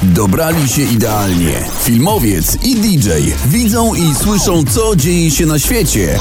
Dobrali się idealnie. Filmowiec i DJ widzą i słyszą, co dzieje się na świecie.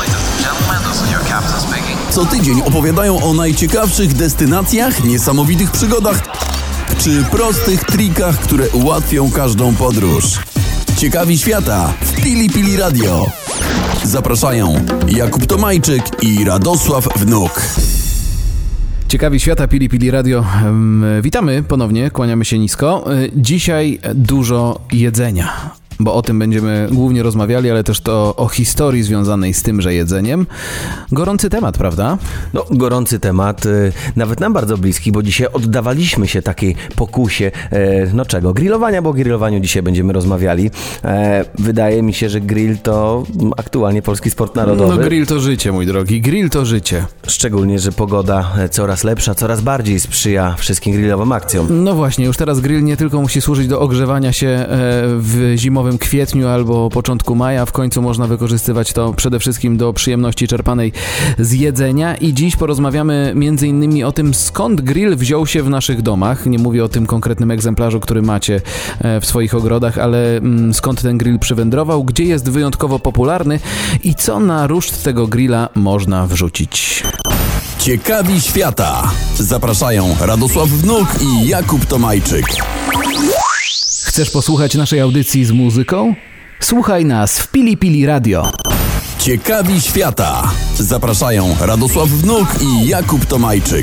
Co tydzień opowiadają o najciekawszych destynacjach, niesamowitych przygodach czy prostych trikach, które ułatwią każdą podróż. Ciekawi świata w Pili Pili Radio. Zapraszają Jakub Tomajczyk i Radosław Wnuk. Ciekawi świata, Pili Pili Radio. Witamy ponownie, kłaniamy się nisko. Dzisiaj dużo jedzenia, bo o tym będziemy głównie rozmawiali, ale też to o historii związanej z tymże jedzeniem. Gorący temat, prawda? No, gorący temat, nawet nam bardzo bliski, bo dzisiaj oddawaliśmy się takiej pokusie, grillowania, bo o grillowaniu dzisiaj będziemy rozmawiali. Wydaje mi się, że grill to aktualnie polski sport narodowy. No, grill to życie, mój drogi, grill to życie. Szczególnie, że pogoda coraz lepsza, coraz bardziej sprzyja wszystkim grillowym akcjom. No właśnie, już teraz grill nie tylko musi służyć do ogrzewania się w zimowym kwietniu albo początku maja, w końcu można wykorzystywać to przede wszystkim do przyjemności czerpanej z jedzenia i dziś porozmawiamy m.in. o tym, skąd grill wziął się w naszych domach. Nie mówię o tym konkretnym egzemplarzu, który macie w swoich ogrodach, ale skąd ten grill przywędrował, gdzie jest wyjątkowo popularny i co na ruszt tego grilla można wrzucić. Ciekawi świata. Zapraszają Radosław Wnuk i Jakub Tomajczyk. Chcesz posłuchać naszej audycji z muzyką? Słuchaj nas w Pili Pili Radio. Ciekawi świata. Zapraszają Radosław Wnuk i Jakub Tomajczyk.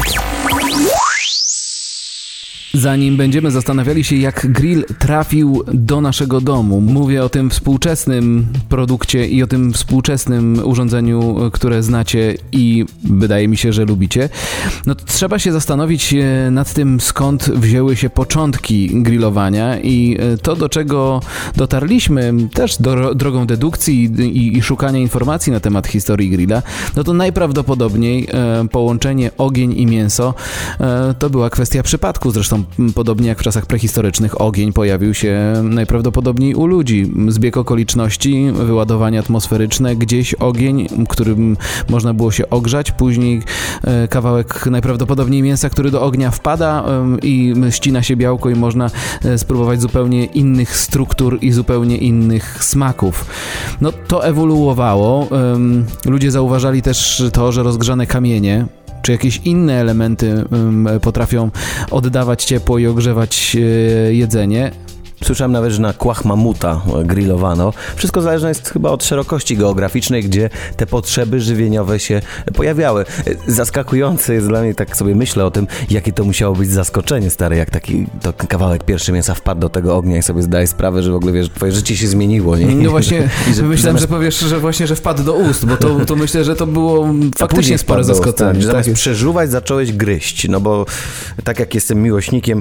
Zanim będziemy zastanawiali się, jak grill trafił do naszego domu, mówię o tym współczesnym produkcie i o tym współczesnym urządzeniu, które znacie i wydaje mi się, że lubicie, no to trzeba się zastanowić nad tym, skąd wzięły się początki grillowania i to, do czego dotarliśmy też drogą dedukcji i szukania informacji na temat historii grilla, no to najprawdopodobniej połączenie ogień i mięso to była kwestia przypadku. Zresztą podobnie jak w czasach prehistorycznych ogień pojawił się najprawdopodobniej u ludzi. Zbieg okoliczności, wyładowania atmosferyczne, gdzieś ogień, którym można było się ogrzać, później kawałek najprawdopodobniej mięsa, który do ognia wpada i ścina się białko i można spróbować zupełnie innych struktur i zupełnie innych smaków. No to ewoluowało. Ludzie zauważali też to, że rozgrzane kamienie czy jakieś inne elementy potrafią oddawać ciepło i ogrzewać jedzenie. Słyszałem nawet, że na kłach mamuta grillowano. Wszystko zależne jest chyba od szerokości geograficznej, gdzie te potrzeby żywieniowe się pojawiały. Zaskakujące jest dla mnie, tak sobie myślę o tym, jakie to musiało być zaskoczenie, stary, jak taki to kawałek pierwszy mięsa wpadł do tego ognia i sobie zdaję sprawę, że w ogóle, wiesz, twoje życie się zmieniło, nie? No właśnie, myślałem, że powiesz, że właśnie, że wpadł do ust, bo to myślę, że to było faktycznie spore zaskoczenie. Tak, zamiast przeżuwać, zacząłeś gryźć, no bo tak jak jestem miłośnikiem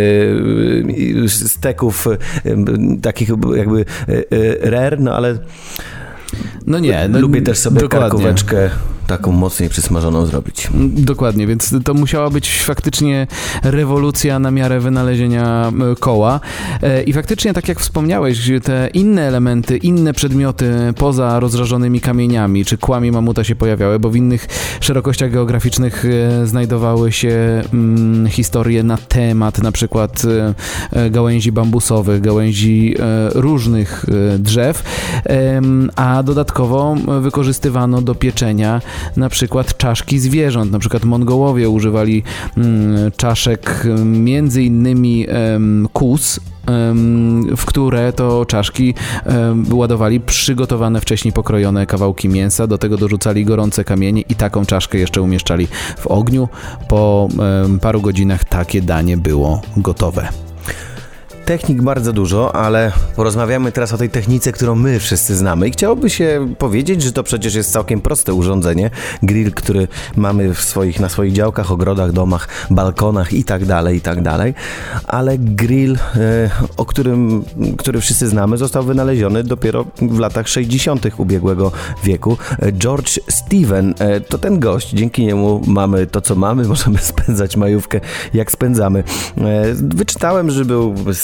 steków takich jakby rare, no ale no nie, lubię też sobie karkóweczkę taką mocniej przysmażoną zrobić. Dokładnie, więc to musiała być faktycznie rewolucja na miarę wynalezienia koła. I faktycznie, tak jak wspomniałeś, te inne elementy, inne przedmioty poza rozżarzonymi kamieniami czy kłami mamuta się pojawiały, bo w innych szerokościach geograficznych znajdowały się historie na temat na przykład gałęzi bambusowych, gałęzi różnych drzew, a dodatkowo wykorzystywano do pieczenia na przykład czaszki zwierząt. Na przykład Mongołowie używali czaszek między innymi kóz, w które to czaszki ładowali przygotowane wcześniej pokrojone kawałki mięsa, do tego dorzucali gorące kamienie i taką czaszkę jeszcze umieszczali w ogniu. Po paru godzinach takie danie było gotowe. Technik bardzo dużo, ale porozmawiamy teraz o tej technice, którą my wszyscy znamy i chciałoby się powiedzieć, że to przecież jest całkiem proste urządzenie. Grill, który mamy na swoich działkach, ogrodach, domach, balkonach i tak dalej, ale grill, który wszyscy znamy, został wynaleziony dopiero w latach 60. ubiegłego wieku. George Stephen to ten gość, dzięki niemu mamy to, co mamy, możemy spędzać majówkę jak spędzamy. Wyczytałem, że był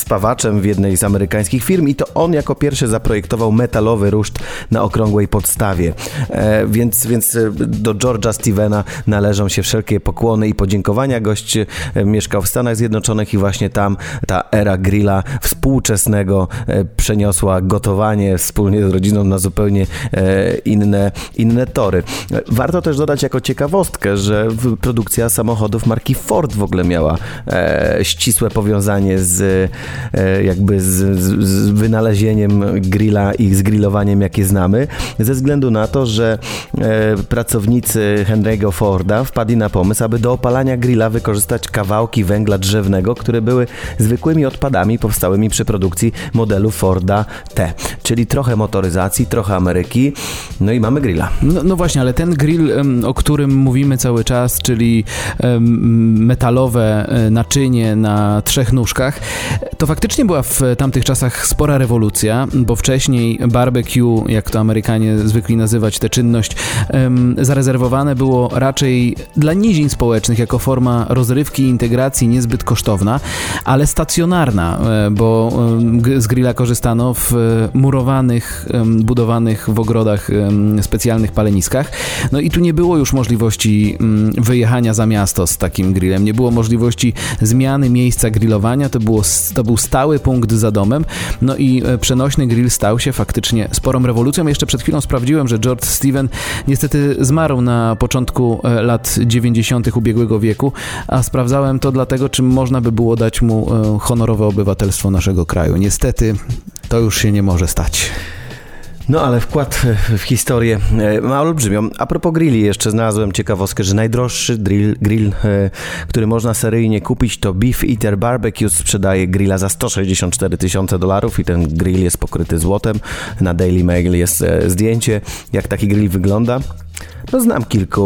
spawaczem w jednej z amerykańskich firm i to on jako pierwszy zaprojektował metalowy ruszt na okrągłej podstawie. Więc do George'a Stevena należą się wszelkie pokłony i podziękowania. Gość mieszkał w Stanach Zjednoczonych i właśnie tam ta era grilla współczesnego przeniosła gotowanie wspólnie z rodziną na zupełnie inne tory. Warto też dodać jako ciekawostkę, że produkcja samochodów marki Ford w ogóle miała ścisłe powiązanie z wynalezieniem grilla i z grillowaniem, jakie znamy, ze względu na to, że pracownicy Henry'ego Forda wpadli na pomysł, aby do opalania grilla wykorzystać kawałki węgla drzewnego, które były zwykłymi odpadami powstałymi przy produkcji modelu Forda T. Czyli trochę motoryzacji, trochę Ameryki, no i mamy grilla. No właśnie, ale ten grill, o którym mówimy cały czas, czyli metalowe naczynie na 3 nóżkach, to faktycznie była w tamtych czasach spora rewolucja, bo wcześniej barbecue, jak to Amerykanie zwykli nazywać tę czynność, zarezerwowane było raczej dla nizin społecznych jako forma rozrywki i integracji niezbyt kosztowna, ale stacjonarna, bo z grilla korzystano w murowanych, budowanych w ogrodach specjalnych paleniskach. No i tu nie było już możliwości wyjechania za miasto z takim grillem, nie było możliwości zmiany miejsca grillowania, to był stały punkt za domem, no i przenośny grill stał się faktycznie sporą rewolucją. Jeszcze przed chwilą sprawdziłem, że George Steven niestety zmarł na początku lat 90. ubiegłego wieku, a sprawdzałem to dlatego, czy można by było dać mu honorowe obywatelstwo naszego kraju. Niestety to już się nie może stać. No ale wkład w historię ma olbrzymią. A propos grilli, jeszcze znalazłem ciekawostkę, że najdroższy grill, który można seryjnie kupić, to Beef Eater Barbecue, sprzedaje grilla za $164,000 i ten grill jest pokryty złotem. Na Daily Mail jest zdjęcie, jak taki grill wygląda. No znam kilka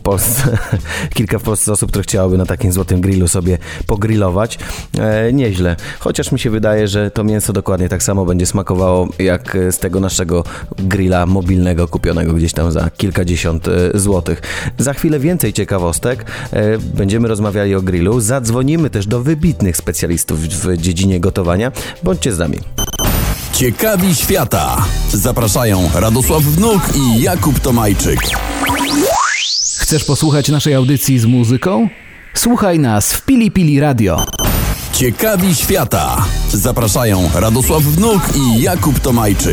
w Polsce osób, które chciałyby na takim złotym grillu sobie pogrillować. Nieźle. Chociaż mi się wydaje, że to mięso dokładnie tak samo będzie smakowało jak z tego naszego grilla mobilnego kupionego gdzieś tam za kilkadziesiąt złotych. Za chwilę więcej ciekawostek. Będziemy rozmawiali o grillu. Zadzwonimy też do wybitnych specjalistów w dziedzinie gotowania. Bądźcie z nami. Ciekawi świata. Zapraszają Radosław Wnuk i Jakub Tomajczyk. Chcesz posłuchać naszej audycji z muzyką? Słuchaj nas w Pili Pili Radio. Ciekawi świata. Zapraszają Radosław Wnuk i Jakub Tomajczyk.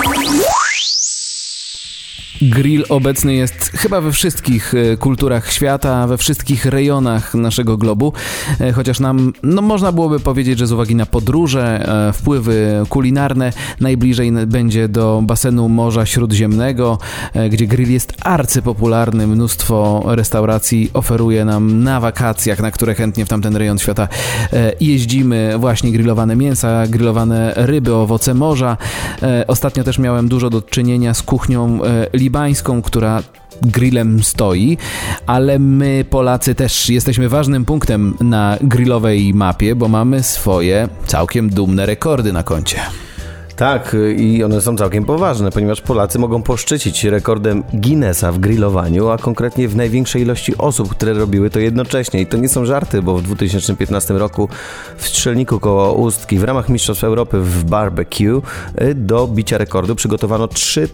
Grill obecny jest chyba we wszystkich kulturach świata, we wszystkich rejonach naszego globu, chociaż nam, można byłoby powiedzieć, że z uwagi na podróże, wpływy kulinarne, najbliżej będzie do basenu Morza Śródziemnego, gdzie grill jest arcypopularny. Mnóstwo restauracji oferuje nam na wakacjach, na które chętnie w tamten rejon świata jeździmy, właśnie grillowane mięsa, grillowane ryby, owoce morza. Ostatnio też miałem dużo do czynienia z kuchnią libańską, która grillem stoi, ale my Polacy też jesteśmy ważnym punktem na grillowej mapie, bo mamy swoje całkiem dumne rekordy na koncie. Tak, i one są całkiem poważne, ponieważ Polacy mogą poszczycić rekordem Guinnessa w grillowaniu, a konkretnie w największej ilości osób, które robiły to jednocześnie. I to nie są żarty, bo w 2015 roku w Strzelniku koło Ustki w ramach Mistrzostw Europy w barbecue do bicia rekordu przygotowano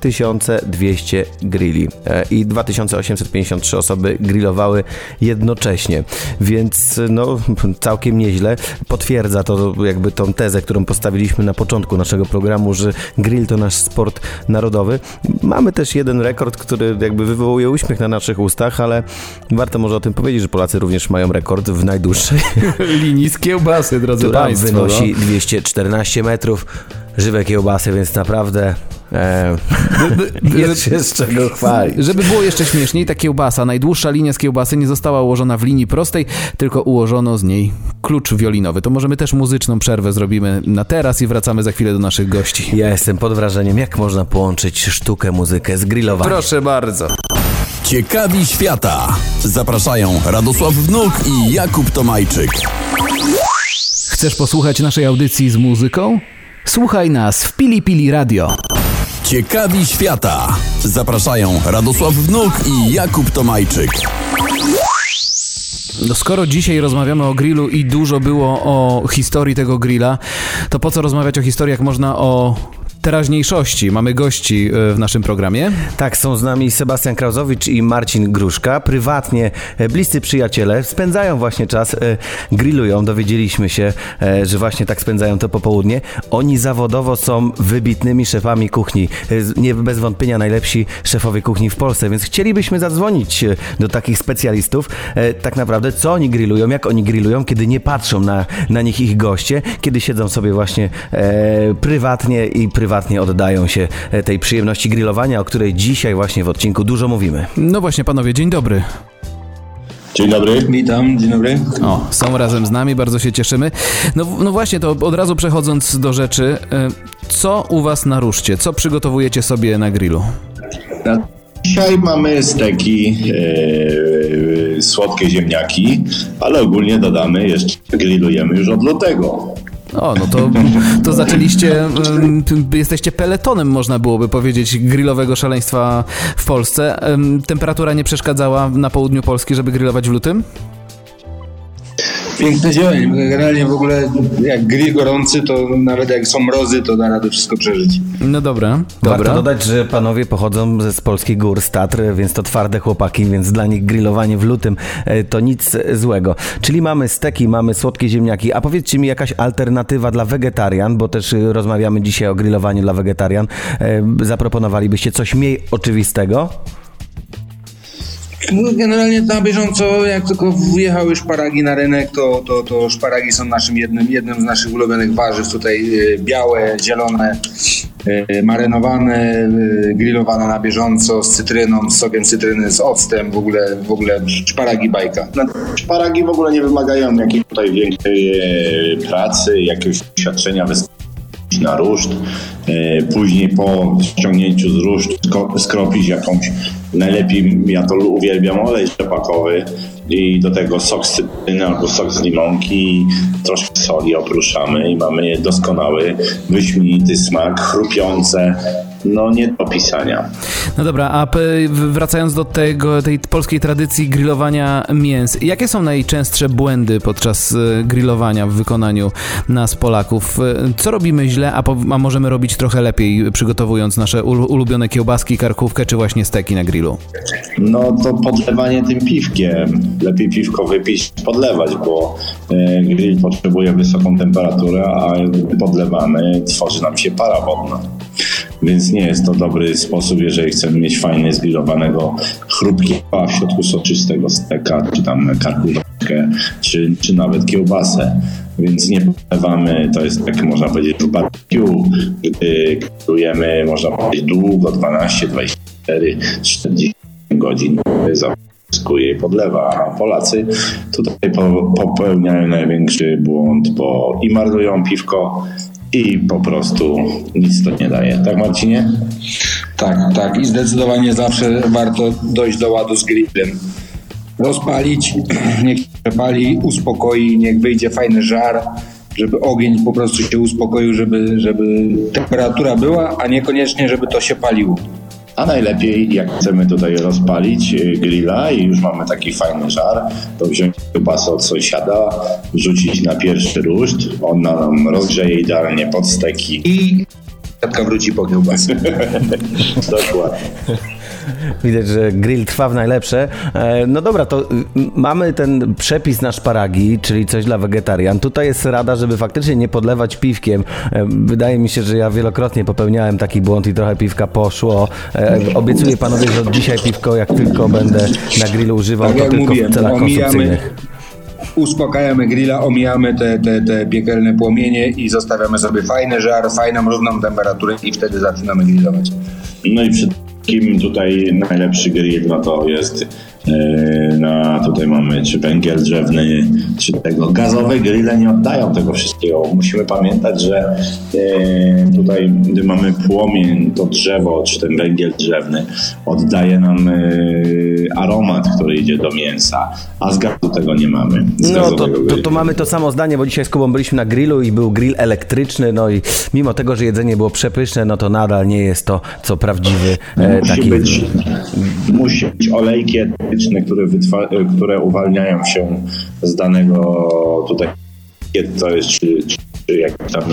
3200 grilli i 2853 osoby grillowały jednocześnie, więc całkiem nieźle. Potwierdza to jakby tą tezę, którą postawiliśmy na początku naszego programu, że grill to nasz sport narodowy. Mamy też jeden rekord, który jakby wywołuje uśmiech na naszych ustach, ale warto może o tym powiedzieć, że Polacy również mają rekord w najdłuższej linii z kiełbasy, drodzy Państwo. Wynosi 214 metrów. Żywe kiełbasy, więc naprawdę jest się z czego chwalić. Żeby było jeszcze śmieszniej, ta kiełbasa, najdłuższa linia z kiełbasy nie została ułożona w linii prostej, tylko ułożono z niej klucz wiolinowy. To może my też muzyczną przerwę zrobimy na teraz i wracamy za chwilę do naszych gości. Ja jestem pod wrażeniem, jak można połączyć sztukę, muzykę z grillowaniem. Proszę bardzo. Ciekawi świata. Zapraszają Radosław Wnuk i Jakub Tomajczyk. Chcesz posłuchać naszej audycji z muzyką? Słuchaj nas w Pili Pili Radio. Ciekawi świata. Zapraszają Radosław Wnuk i Jakub Tomajczyk. No skoro dzisiaj rozmawiamy o grillu i dużo było o historii tego grilla, to po co rozmawiać o historii, jak można o teraźniejszości? Mamy gości w naszym programie. Tak, są z nami Sebastian Krauzowicz i Marcin Gruszka. Prywatnie bliscy przyjaciele, spędzają właśnie czas, grillują. Dowiedzieliśmy się, że właśnie tak spędzają to popołudnie. Oni zawodowo są wybitnymi szefami kuchni. Nie bez wątpienia najlepsi szefowie kuchni w Polsce, więc chcielibyśmy zadzwonić do takich specjalistów. Tak naprawdę, co oni grillują, jak oni grillują, kiedy nie patrzą na nich ich goście, kiedy siedzą sobie właśnie prywatnie oddają się tej przyjemności grillowania, o której dzisiaj właśnie w odcinku dużo mówimy. No właśnie, panowie, dzień dobry. Dzień dobry. Witam, dzień dobry. O, są razem z nami, bardzo się cieszymy. No właśnie, to od razu przechodząc do rzeczy, co u was na ruszcie? Co przygotowujecie sobie na grillu? Dzisiaj mamy steki, słodkie ziemniaki, ale ogólnie dodamy jeszcze, grillujemy już od lutego. O, no to zaczęliście, jesteście peletonem, można byłoby powiedzieć, grillowego szaleństwa w Polsce. Temperatura nie przeszkadzała na południu Polski, żeby grillować w lutym? Piękny dzień. Generalnie w ogóle jak grill gorący, to nawet jak są mrozy, to da radę wszystko przeżyć. No dobra. Warto dodać, że panowie pochodzą z polskich gór, z Tatr, więc to twarde chłopaki, więc dla nich grillowanie w lutym to nic złego. Czyli mamy steki, mamy słodkie ziemniaki, a powiedzcie mi jakaś alternatywa dla wegetarian, bo też rozmawiamy dzisiaj o grillowaniu dla wegetarian. Zaproponowalibyście coś mniej oczywistego? Generalnie na bieżąco, jak tylko wjechały szparagi na rynek, to szparagi są jednym z naszych ulubionych warzyw. Tutaj białe, zielone, marynowane, grillowane na bieżąco z cytryną, z sokiem cytryny, z octem, w ogóle szparagi bajka. Szparagi w ogóle nie wymagają jakiejś tutaj większej pracy, jakiegoś doświadczenia na ruszt. Później po ściągnięciu z rusztu skropić jakąś, najlepiej ja to uwielbiam, olej rzepakowy i do tego sok z cytryny albo sok z limonki, troszkę soli oprószamy i mamy doskonały, wyśmienity smak, chrupiące, no nie do opisania. No dobra, a wracając do tej polskiej tradycji grillowania mięs, jakie są najczęstsze błędy podczas grillowania w wykonaniu nas Polaków? Co robimy źle, a możemy robić trochę lepiej, przygotowując nasze ulubione kiełbaski, karkówkę czy właśnie steki na grillu? No to podlewanie tym piwkiem. Lepiej piwko wypić, podlewać, bo grill potrzebuje wysoką temperaturę, a gdy podlewamy, tworzy nam się para wodna. Więc nie jest to dobry sposób, jeżeli chcemy mieć fajnie zgrillowanego chrupkiego, w środku soczystego steka, czy tam karkówkę, czy nawet kiełbasę. Więc nie podlewamy, to jest tak, można powiedzieć, w barbecue, gdy grillujemy, można powiedzieć, długo, 12, 24, 40 godzin zapiskuje i podlewa, a Polacy tutaj popełniają największy błąd, bo i marnują piwko, i po prostu nic to nie daje. Tak, Marcinie? Tak. I zdecydowanie zawsze warto dojść do ładu z grillem. Rozpalić, niech się pali, uspokoi, niech wyjdzie fajny żar, żeby ogień po prostu się uspokoił, żeby temperatura była, a niekoniecznie, żeby to się paliło. A najlepiej, jak chcemy tutaj rozpalić grilla i już mamy taki fajny żar, to wziąć kiełbasę od sąsiada, wrzucić na pierwszy ruszt, on nam rozgrzeje idealnie pod steki. I tatka wróci po kiełbasę. Dokładnie. Widać, że grill trwa w najlepsze. No dobra, to mamy ten przepis na szparagi, czyli coś dla wegetarian. Tutaj jest rada, żeby faktycznie nie podlewać piwkiem. Wydaje mi się, że ja wielokrotnie popełniałem taki błąd i trochę piwka poszło. Obiecuję panowie, że od dzisiaj piwko, jak tylko będę na grillu używał, tak to jak tylko mówiłem, w celach konsumpcyjnych. Uspokajamy grilla, omijamy te piekielne płomienie i zostawiamy sobie fajny żar, fajną, równą temperaturę i wtedy zaczynamy grillować. No i przede wszystkim tutaj najlepszy grill, no to jest tutaj mamy czy węgiel drzewny, czy tego. Gazowe grille nie oddają tego wszystkiego. Musimy pamiętać, że tutaj, gdy mamy płomień, to drzewo, czy ten węgiel drzewny oddaje nam aromat, który idzie do mięsa, a z gazu tego nie mamy. No to mamy to samo zdanie, bo dzisiaj z Kubą byliśmy na grillu i był grill elektryczny, no i mimo tego, że jedzenie było przepyszne, no to nadal nie jest to, co prawdziwy Musi być olejkiem energetyczne, które uwalniają się z danego tutaj, to jest czy jakiś tam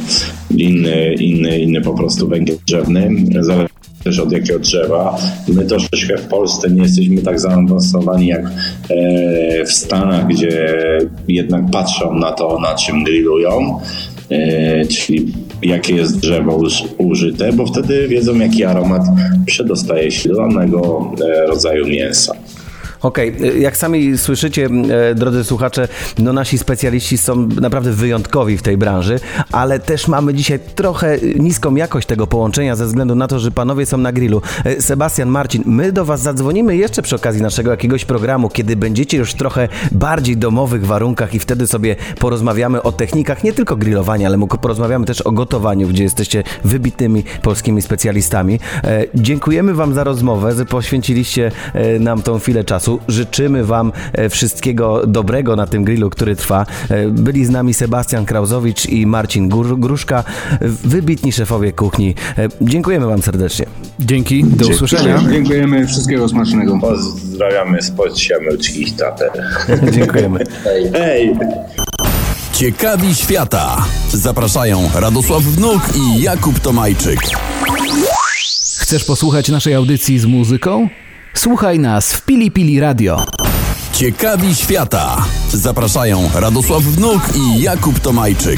inny po prostu węgiel drzewny, zależy też od jakiego drzewa. My troszeczkę w Polsce nie jesteśmy tak zaawansowani jak w Stanach, gdzie jednak patrzą na to, na czym grillują, czyli jakie jest drzewo użyte, bo wtedy wiedzą, jaki aromat przedostaje się do danego rodzaju mięsa. Okej, jak sami słyszycie, drodzy słuchacze, no nasi specjaliści są naprawdę wyjątkowi w tej branży, ale też mamy dzisiaj trochę niską jakość tego połączenia ze względu na to, że panowie są na grillu. Sebastian, Marcin, my do was zadzwonimy jeszcze przy okazji naszego jakiegoś programu, kiedy będziecie już w trochę bardziej domowych warunkach i wtedy sobie porozmawiamy o technikach nie tylko grillowania, ale porozmawiamy też o gotowaniu, gdzie jesteście wybitnymi polskimi specjalistami. Dziękujemy wam za rozmowę, że poświęciliście nam tą chwilę czasu. Życzymy wam wszystkiego dobrego na tym grillu, który trwa. Byli z nami Sebastian Krauzowicz i Marcin Gruszka, wybitni szefowie kuchni. Dziękujemy wam serdecznie. Dzięki, do usłyszenia. Dziękujemy, wszystkiego smacznego. Pozdrawiamy z Podsiemyczkich Tater. Dziękujemy. Hej! Ciekawi świata. Zapraszają Radosław Wnuk i Jakub Tomajczyk. Chcesz posłuchać naszej audycji z muzyką? Słuchaj nas w Pili Pili Radio. Ciekawi świata. Zapraszają Radosław Wnuk i Jakub Tomajczyk.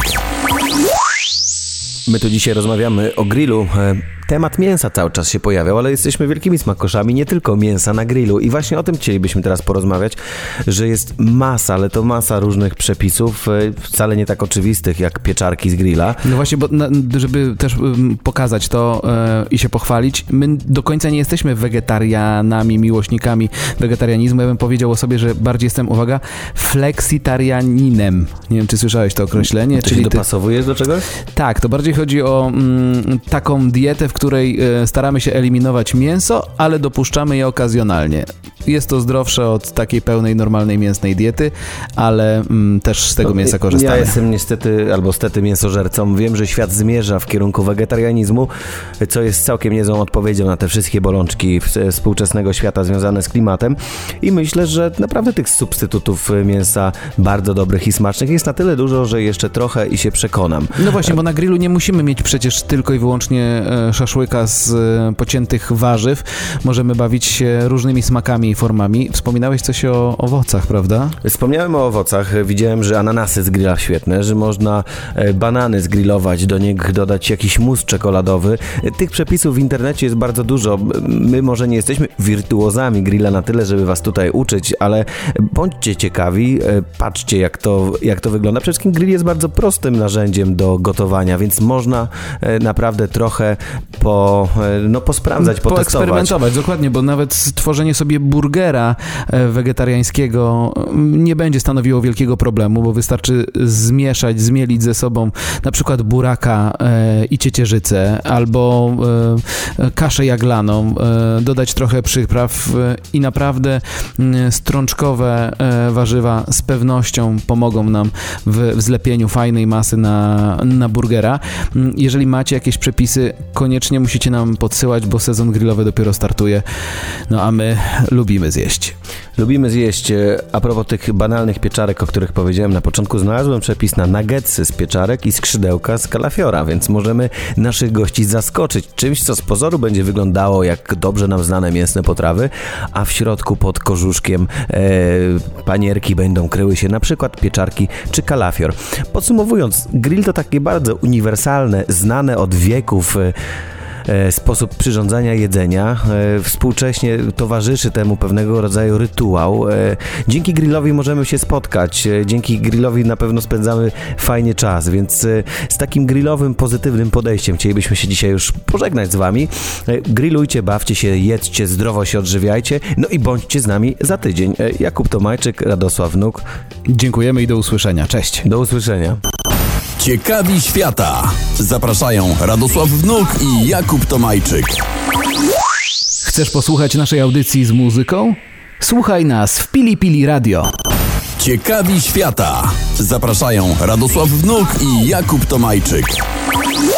My tu dzisiaj rozmawiamy o grillu. Temat mięsa cały czas się pojawiał, ale jesteśmy wielkimi smakoszami, nie tylko mięsa na grillu. I właśnie o tym chcielibyśmy teraz porozmawiać, że jest masa, ale to masa różnych przepisów, wcale nie tak oczywistych jak pieczarki z grilla. No właśnie, bo żeby też pokazać to i się pochwalić, my do końca nie jesteśmy wegetarianami, miłośnikami wegetarianizmu. Ja bym powiedział o sobie, że bardziej jestem, uwaga, fleksitarianinem. Nie wiem, czy słyszałeś to określenie. Czy się dopasowujesz do czegoś? Tak, to bardziej chodzi o taką dietę, w której staramy się eliminować mięso, ale dopuszczamy je okazjonalnie. Jest to zdrowsze od takiej pełnej, normalnej mięsnej diety, ale też z tego mięsa korzystamy. Ja jestem niestety, albo stety mięsożercą. Wiem, że świat zmierza w kierunku wegetarianizmu, co jest całkiem niezłą odpowiedzią na te wszystkie bolączki współczesnego świata związane z klimatem. I myślę, że naprawdę tych substytutów mięsa bardzo dobrych i smacznych jest na tyle dużo, że jeszcze trochę i się przekonam. No właśnie, bo na grillu nie musimy mieć przecież tylko i wyłącznie szaszłyka z pociętych warzyw. Możemy bawić się różnymi smakami i formami. Wspominałeś coś o owocach, prawda? Wspomniałem o owocach. Widziałem, że ananasy z grilla świetne, że można banany zgrillować, do nich dodać jakiś mus czekoladowy. Tych przepisów w internecie jest bardzo dużo. My może nie jesteśmy wirtuozami grilla na tyle, żeby was tutaj uczyć, ale bądźcie ciekawi, patrzcie jak to wygląda. Przede wszystkim grill jest bardzo prostym narzędziem do gotowania, więc można naprawdę trochę posprawdzać, potestować. Poeksperymentować, dokładnie, bo nawet tworzenie sobie burgera wegetariańskiego nie będzie stanowiło wielkiego problemu, bo wystarczy zmielić ze sobą na przykład buraka i ciecierzycę, albo kaszę jaglaną, dodać trochę przypraw i naprawdę strączkowe warzywa z pewnością pomogą nam w zlepieniu fajnej masy na burgera. Jeżeli macie jakieś przepisy, koniecznie musicie nam podsyłać, bo sezon grillowy dopiero startuje, no a my lubimy zjeść. Lubimy zjeść. A propos tych banalnych pieczarek, o których powiedziałem na początku, znalazłem przepis na nuggetsy z pieczarek i skrzydełka z kalafiora, więc możemy naszych gości zaskoczyć czymś, co z pozoru będzie wyglądało jak dobrze nam znane mięsne potrawy, a w środku pod kożuszkiem panierki będą kryły się na przykład pieczarki czy kalafior. Podsumowując, grill to takie bardzo uniwersalne, znane od wieków sposób przyrządzania jedzenia. Współcześnie towarzyszy temu pewnego rodzaju rytuał. Dzięki grillowi możemy się spotkać. Dzięki grillowi na pewno spędzamy fajnie czas, więc z takim grillowym, pozytywnym podejściem chcielibyśmy się dzisiaj już pożegnać z wami. Grillujcie, bawcie się, jedzcie, zdrowo się odżywiajcie, no i bądźcie z nami za tydzień. Jakub Tomajczyk, Radosław Wnuk. Dziękujemy i do usłyszenia. Cześć. Do usłyszenia. Ciekawi świata. Zapraszają Radosław Wnuk i Jakub Tomajczyk. Chcesz posłuchać naszej audycji z muzyką? Słuchaj nas w Pili Pili Radio. Ciekawi świata. Zapraszają Radosław Wnuk i Jakub Tomajczyk.